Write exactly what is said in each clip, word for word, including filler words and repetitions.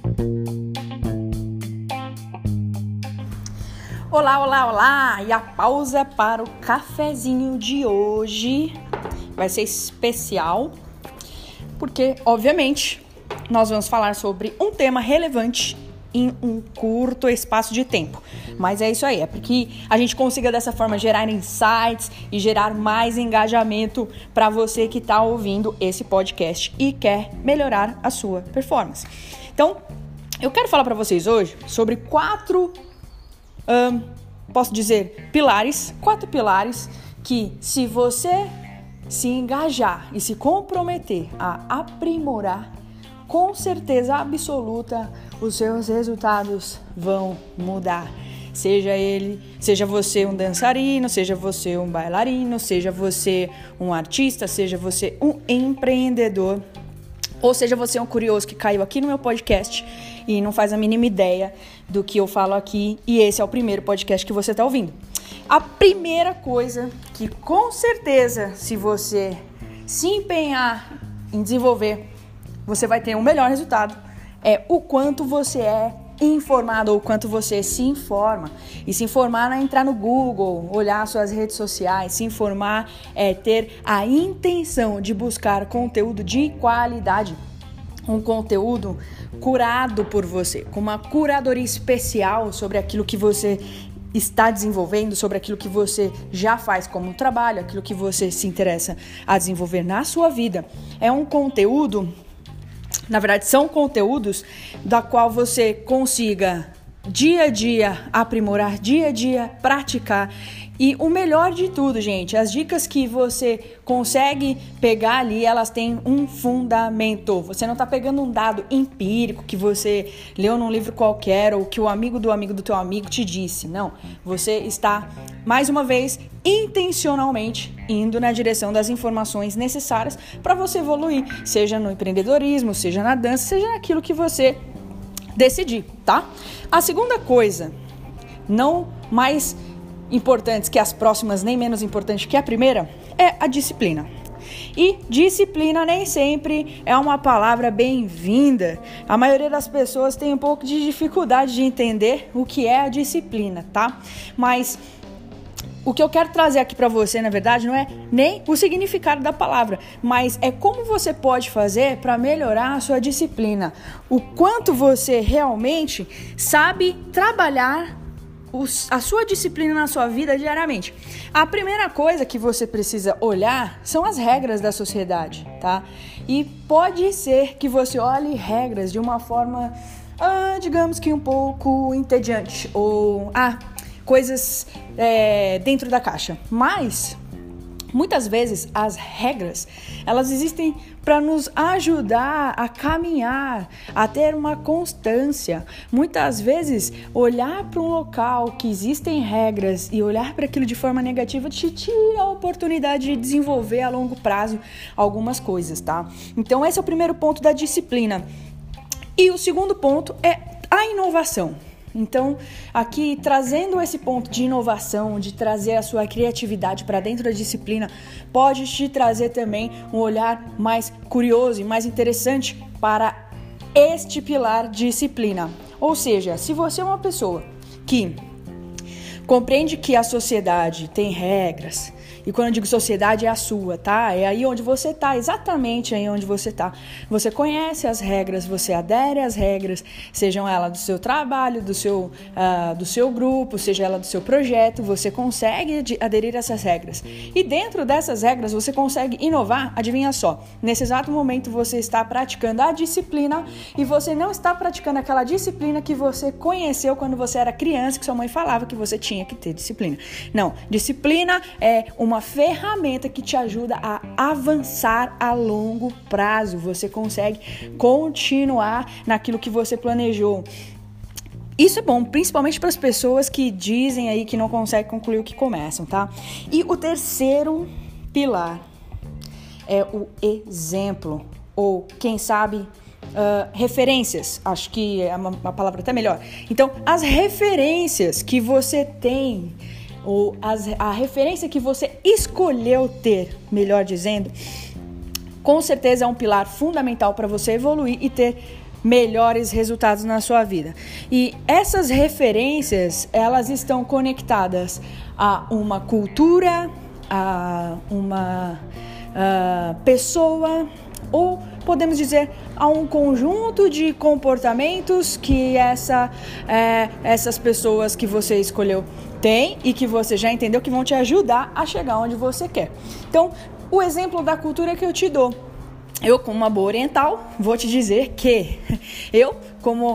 Olá, olá, olá! E a pausa para o cafezinho de hoje vai ser especial, porque, obviamente, nós vamos falar sobre um tema relevante em um curto espaço de tempo. Mas é isso aí, é porque a gente consiga dessa forma gerar insights e gerar mais engajamento para você que está ouvindo esse podcast e quer melhorar a sua performance. Então, eu quero falar para vocês hoje sobre quatro Um, posso dizer, pilares, quatro pilares que, se você se engajar e se comprometer a aprimorar, com certeza absoluta, os seus resultados vão mudar. Seja ele, seja você um dançarino, seja você um bailarino, seja você um artista, seja você um empreendedor, ou seja você um curioso que caiu aqui no meu podcast e não faz a mínima ideia do que eu falo aqui, e esse é o primeiro podcast que você está ouvindo. A primeira coisa que, com certeza, se você se empenhar em desenvolver, você vai ter um melhor resultado, é o quanto você é informado, ou o quanto você se informa. E se informar não é entrar no Google, olhar suas redes sociais. Se informar é ter a intenção de buscar conteúdo de qualidade, um conteúdo curado por você, com uma curadoria especial sobre aquilo que você está desenvolvendo, sobre aquilo que você já faz como trabalho, aquilo que você se interessa a desenvolver na sua vida. É um conteúdo, na verdade são conteúdos da qual você consiga dia a dia aprimorar, dia a dia praticar. E o melhor de tudo, gente, as dicas que você consegue pegar ali, elas têm um fundamento. Você não está pegando um dado empírico que você leu num livro qualquer ou que o amigo do amigo do teu amigo te disse. Não, você está, mais uma vez, intencionalmente indo na direção das informações necessárias para você evoluir, seja no empreendedorismo, seja na dança, seja naquilo que você decidir, tá? A segunda coisa, não mais importantes que as próximas, nem menos importante que a primeira, é a disciplina. E disciplina nem sempre é uma palavra bem-vinda. A maioria das pessoas tem um pouco de dificuldade de entender o que é a disciplina, tá? Mas o que eu quero trazer aqui para você, na verdade, não é nem o significado da palavra, mas é como você pode fazer para melhorar a sua disciplina. O quanto você realmente sabe trabalhar a sua disciplina na sua vida diariamente. A primeira coisa que você precisa olhar são as regras da sociedade, tá? E pode ser que você olhe regras de uma forma, ah, digamos que um pouco entediante, ou ah, coisas é, dentro da caixa. Mas muitas vezes as regras, elas existem para nos ajudar a caminhar, a ter uma constância. Muitas vezes, olhar para um local que existem regras e olhar para aquilo de forma negativa te tira a oportunidade de desenvolver a longo prazo algumas coisas, tá? Então, esse é o primeiro ponto da disciplina. E o segundo ponto é a inovação. Então, aqui, trazendo esse ponto de inovação, de trazer a sua criatividade para dentro da disciplina, pode te trazer também um olhar mais curioso e mais interessante para este pilar disciplina. Ou seja, se você é uma pessoa que compreende que a sociedade tem regras, e quando eu digo sociedade é a sua, tá? É aí onde você tá, exatamente aí onde você tá. Você conhece as regras, você adere às regras, sejam elas do seu trabalho, do seu, uh, do seu grupo, seja ela do seu projeto, você consegue aderir a essas regras. E dentro dessas regras você consegue inovar, adivinha só, nesse exato momento você está praticando a disciplina e você não está praticando aquela disciplina que você conheceu quando você era criança, que sua mãe falava que você tinha que ter disciplina. Não, disciplina é uma Uma ferramenta que te ajuda a avançar a longo prazo. Você consegue continuar naquilo que você planejou. Isso é bom, principalmente para as pessoas que dizem aí que não conseguem concluir o que começam, tá? E o terceiro pilar é o exemplo, ou quem sabe uh, referências. Acho que é uma, uma palavra até melhor. Então, as referências que você tem, ou as, a referência que você escolheu ter, melhor dizendo, com certeza é um pilar fundamental para você evoluir e ter melhores resultados na sua vida. E essas referências, elas estão conectadas a uma cultura, a uma a pessoa, ou podemos dizer a um conjunto de comportamentos que essa, é, essas pessoas que você escolheu têm e que você já entendeu que vão te ajudar a chegar onde você quer. Então, o exemplo da cultura que eu te dou. Eu, como uma boa oriental, vou te dizer que eu, como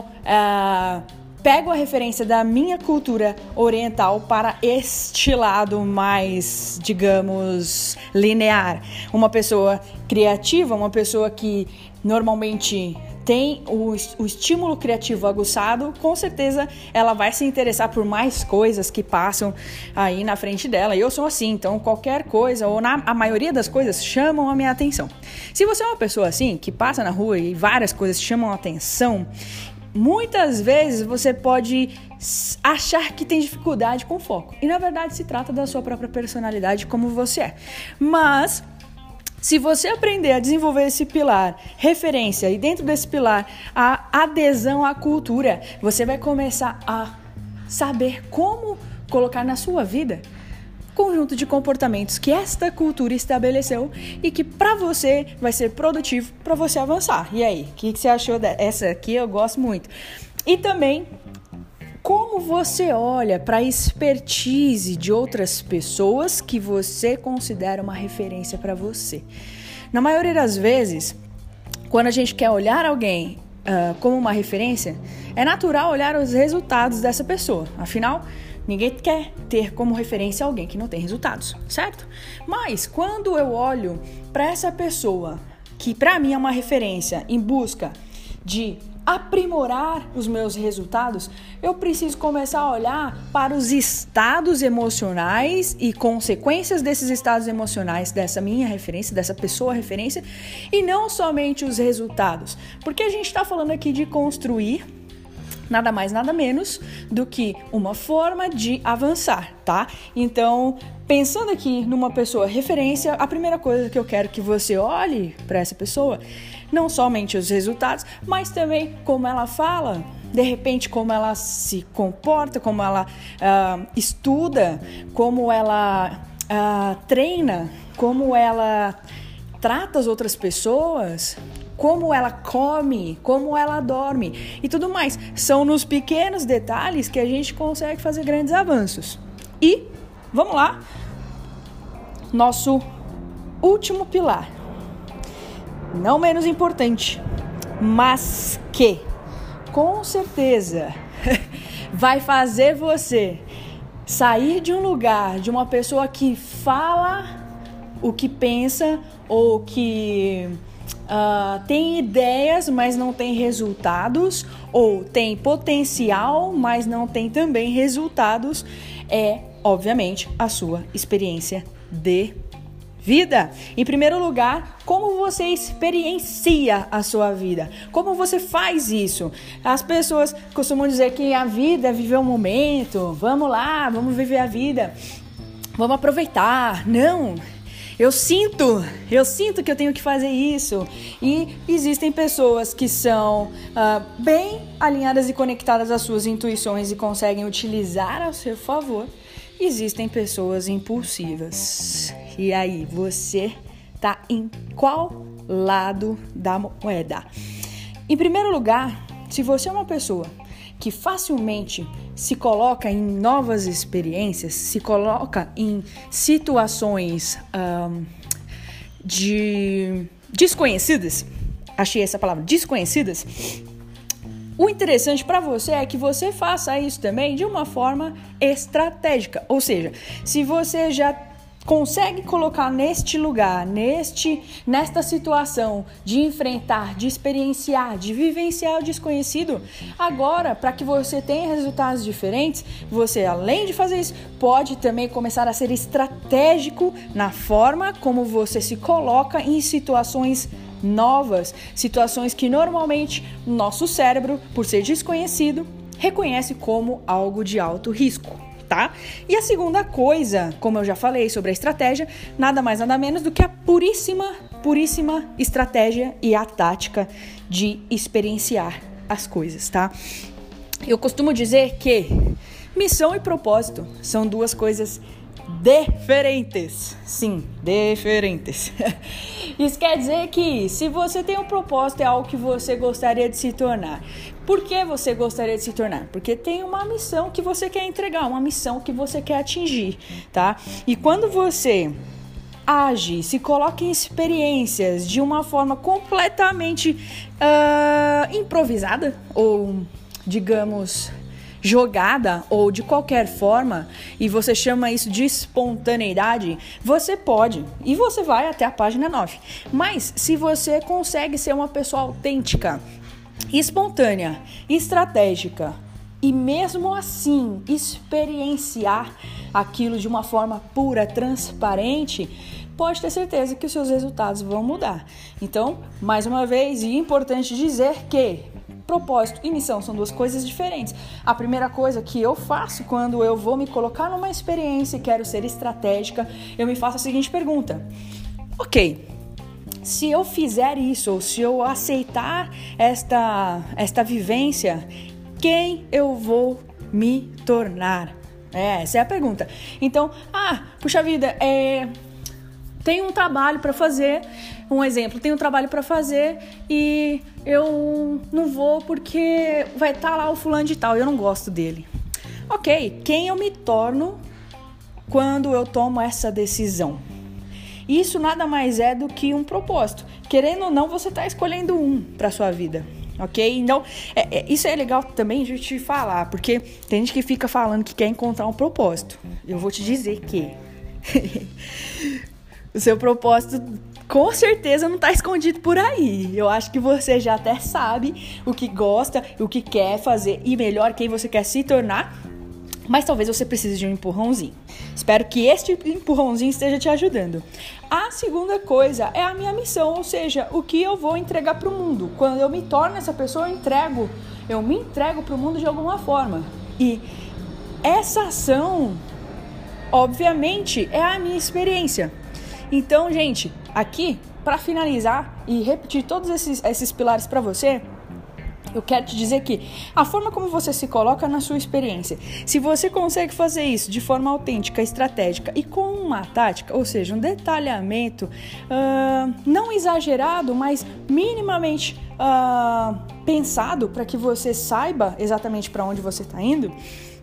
uh, pego a referência da minha cultura oriental para este lado mais, digamos, linear. Uma pessoa criativa, uma pessoa que normalmente tem o, o estímulo criativo aguçado, com certeza ela vai se interessar por mais coisas que passam aí na frente dela. E eu sou assim, então qualquer coisa, ou na, a maioria das coisas, chamam a minha atenção. Se você é uma pessoa assim, que passa na rua e várias coisas chamam a atenção, muitas vezes você pode achar que tem dificuldade com foco. E na verdade se trata da sua própria personalidade, como você é. Mas se você aprender a desenvolver esse pilar, referência, e dentro desse pilar, a adesão à cultura, você vai começar a saber como colocar na sua vida conjunto de comportamentos que esta cultura estabeleceu e que para você vai ser produtivo para você avançar. E aí, o que, que você achou dessa aqui? Eu gosto muito. E também como você olha para a expertise de outras pessoas que você considera uma referência para você. Na maioria das vezes, quando a gente quer olhar alguém uh, como uma referência, é natural olhar os resultados dessa pessoa. Afinal, ninguém quer ter como referência alguém que não tem resultados, certo? Mas quando eu olho para essa pessoa, que para mim é uma referência em busca de aprimorar os meus resultados, eu preciso começar a olhar para os estados emocionais e consequências desses estados emocionais dessa minha referência, dessa pessoa referência, e não somente os resultados. Porque a gente está falando aqui de construir nada mais, nada menos do que uma forma de avançar, tá? Então, pensando aqui numa pessoa referência, a primeira coisa que eu quero que você olhe para essa pessoa, não somente os resultados, mas também como ela fala, de repente como ela se comporta, como ela uh, estuda, como ela uh, treina, como ela trata as outras pessoas, como ela come, como ela dorme e tudo mais. São nos pequenos detalhes que a gente consegue fazer grandes avanços. E, vamos lá, nosso último pilar, não menos importante, mas que, com certeza, vai fazer você sair de um lugar, de uma pessoa que fala o que pensa ou que uh, tem ideias, mas não tem resultados, ou tem potencial, mas não tem também resultados, é, obviamente, a sua experiência de vida. Em primeiro lugar, como você experiencia a sua vida? Como você faz isso? As pessoas costumam dizer que a vida é viver o momento. Vamos lá, vamos viver a vida. Vamos aproveitar. Não, eu sinto, eu sinto que eu tenho que fazer isso. E existem pessoas que são uh, bem alinhadas e conectadas às suas intuições e conseguem utilizar ao seu favor. Existem pessoas impulsivas. E aí, você tá em qual lado da moeda? Em primeiro lugar, se você é uma pessoa que facilmente se coloca em novas experiências, se coloca em situações um, de desconhecidas, achei essa palavra, desconhecidas, o interessante para você é que você faça isso também de uma forma estratégica. Ou seja, se você já consegue colocar neste lugar, neste, nesta situação de enfrentar, de experienciar, de vivenciar o desconhecido, agora, para que você tenha resultados diferentes, você, além de fazer isso, pode também começar a ser estratégico na forma como você se coloca em situações novas, situações que normalmente o nosso cérebro, por ser desconhecido, reconhece como algo de alto risco, tá? E a segunda coisa, como eu já falei sobre a estratégia, nada mais nada menos do que a puríssima puríssima estratégia e a tática de experienciar as coisas, tá? Eu costumo dizer que missão e propósito são duas coisas diferentes. Sim, diferentes. Isso quer dizer que se você tem um propósito, é algo que você gostaria de se tornar. Por que você gostaria de se tornar? Porque tem uma missão que você quer entregar, uma missão que você quer atingir, tá? E quando você age, se coloca em experiências de uma forma completamente uh, improvisada ou, digamos, jogada ou de qualquer forma, e você chama isso de espontaneidade, você pode e você vai até a página nove. Mas se você consegue ser uma pessoa autêntica, espontânea, estratégica e mesmo assim experienciar aquilo de uma forma pura, transparente, pode ter certeza que os seus resultados vão mudar. Então, mais uma vez, é importante dizer que propósito e missão são duas coisas diferentes. A primeira coisa que eu faço quando eu vou me colocar numa experiência e quero ser estratégica, eu me faço a seguinte pergunta: ok, se eu fizer isso, ou se eu aceitar esta, esta vivência, quem eu vou me tornar? É, essa é a pergunta. Então, ah, puxa vida, é... tem um trabalho para fazer, um exemplo, tem um trabalho para fazer e eu não vou porque vai estar lá o fulano de tal e eu não gosto dele. Ok, quem eu me torno quando eu tomo essa decisão? Isso nada mais é do que um propósito. Querendo ou não, você está escolhendo um para sua vida. Ok? Então, é, é, isso é legal também de te falar, porque tem gente que fica falando que quer encontrar um propósito. Eu vou te dizer que o seu propósito com certeza não está escondido por aí. Eu acho que você já até sabe o que gosta, o que quer fazer e melhor, quem você quer se tornar, mas talvez você precise de um empurrãozinho. Espero que este empurrãozinho esteja te ajudando. A segunda coisa é a minha missão, ou seja, o que eu vou entregar para o mundo. Quando eu me torno essa pessoa, eu entrego, eu me entrego para o mundo de alguma forma. E essa ação, obviamente, é a minha experiência. Então, gente, aqui, para finalizar e repetir todos esses, esses pilares para você, eu quero te dizer que a forma como você se coloca na sua experiência, se você consegue fazer isso de forma autêntica, estratégica e com uma tática, ou seja, um detalhamento uh, não exagerado, mas minimamente uh, pensado para que você saiba exatamente para onde você está indo,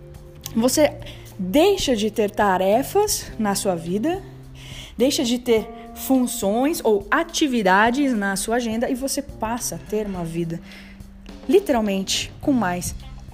você deixa de ter tarefas na sua vida, deixa de ter funções ou atividades na sua agenda e você passa a ter uma vida literalmente com mais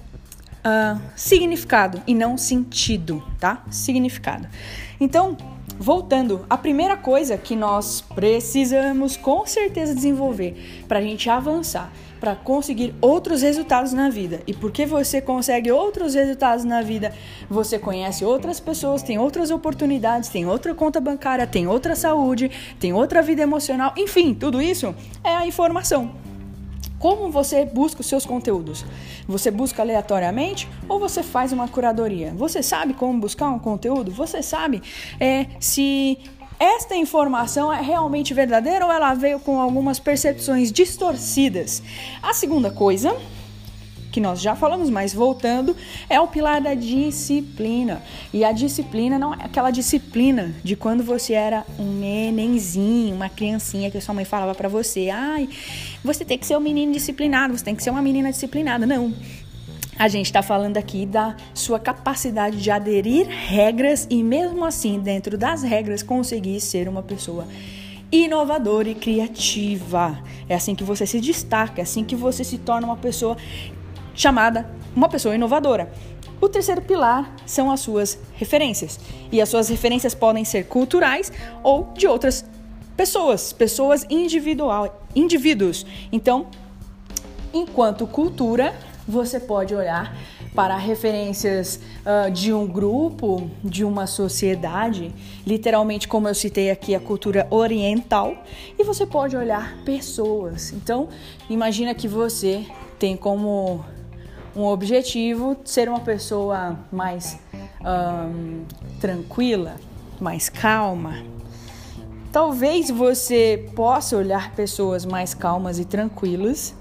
uh, significado e não sentido, tá? Significado. Então, voltando, a primeira coisa que nós precisamos com certeza desenvolver para a gente avançar, para conseguir outros resultados na vida. E porque você consegue outros resultados na vida, você conhece outras pessoas, tem outras oportunidades, tem outra conta bancária, tem outra saúde, tem outra vida emocional, enfim, tudo isso é a informação. Como você busca os seus conteúdos? Você busca aleatoriamente ou você faz uma curadoria? Você sabe como buscar um conteúdo? Você sabe é, se esta informação é realmente verdadeira ou ela veio com algumas percepções distorcidas? A segunda coisa, que nós já falamos, mas voltando, é o pilar da disciplina. E a disciplina não é aquela disciplina de quando você era um nenenzinho, uma criancinha que a sua mãe falava pra você: ai, você tem que ser um menino disciplinado, você tem que ser uma menina disciplinada. Não. A gente está falando aqui da sua capacidade de aderir regras e mesmo assim, dentro das regras, conseguir ser uma pessoa inovadora e criativa. É assim que você se destaca, é assim que você se torna uma pessoa chamada uma pessoa inovadora. O terceiro pilar são as suas referências. E as suas referências podem ser culturais ou de outras pessoas, pessoas individual, indivíduos. Então, enquanto cultura, você pode olhar para referências uh, de um grupo, de uma sociedade, literalmente, como eu citei aqui, a cultura oriental, e você pode olhar pessoas. Então, imagina que você tem como um objetivo ser uma pessoa mais um, tranquila, mais calma. talvez você possa olhar pessoas mais calmas e tranquilas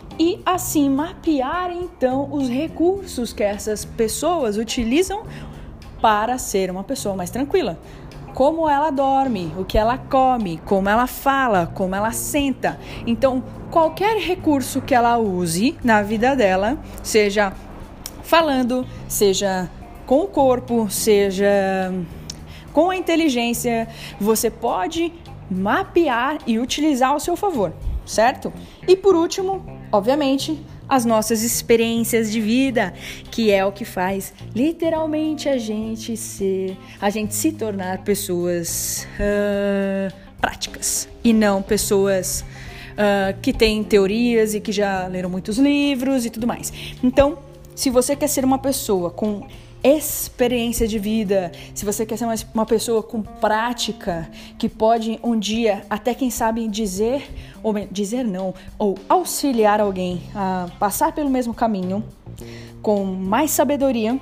e assim mapear então os recursos que essas pessoas utilizam para ser uma pessoa mais tranquila. Como ela dorme, o que ela come, como ela fala, como ela senta. Então, qualquer recurso que ela use na vida dela, seja falando, seja com o corpo, seja com a inteligência, você pode mapear e utilizar ao seu favor, certo? E por último, obviamente, as nossas experiências de vida, que é o que faz literalmente a gente ser, a gente se tornar pessoas uh, práticas e não pessoas uh, que têm teorias e que já leram muitos livros e tudo mais. Então, se você quer ser uma pessoa com experiência de vida, se você quer ser uma, uma pessoa com prática, que pode um dia, até quem sabe dizer, ou dizer não, ou auxiliar alguém a passar pelo mesmo caminho, com mais sabedoria,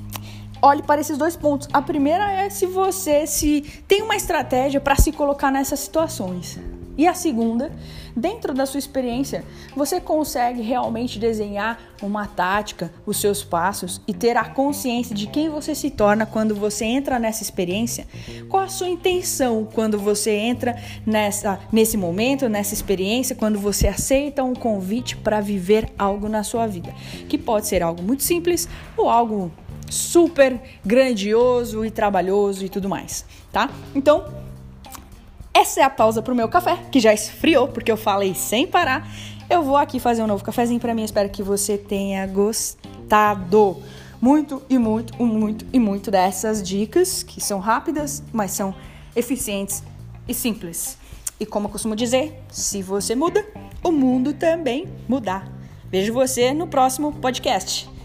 olhe para esses dois pontos. A primeira é se você se tem uma estratégia para se colocar nessas situações. E a segunda, dentro da sua experiência, você consegue realmente desenhar uma tática, os seus passos e ter a consciência de quem você se torna quando você entra nessa experiência? Qual a sua intenção quando você entra nessa, nesse momento, nessa experiência, quando você aceita um convite para viver algo na sua vida? Que pode ser algo muito simples ou algo super grandioso e trabalhoso e tudo mais, tá? Então, essa é a pausa pro meu café, que já esfriou, porque eu falei sem parar. Eu vou aqui fazer um novo cafezinho pra mim, espero que você tenha gostado. Muito e muito, muito e muito dessas dicas, que são rápidas, mas são eficientes e simples. E como eu costumo dizer, se você muda, o mundo também muda. Vejo você no próximo podcast.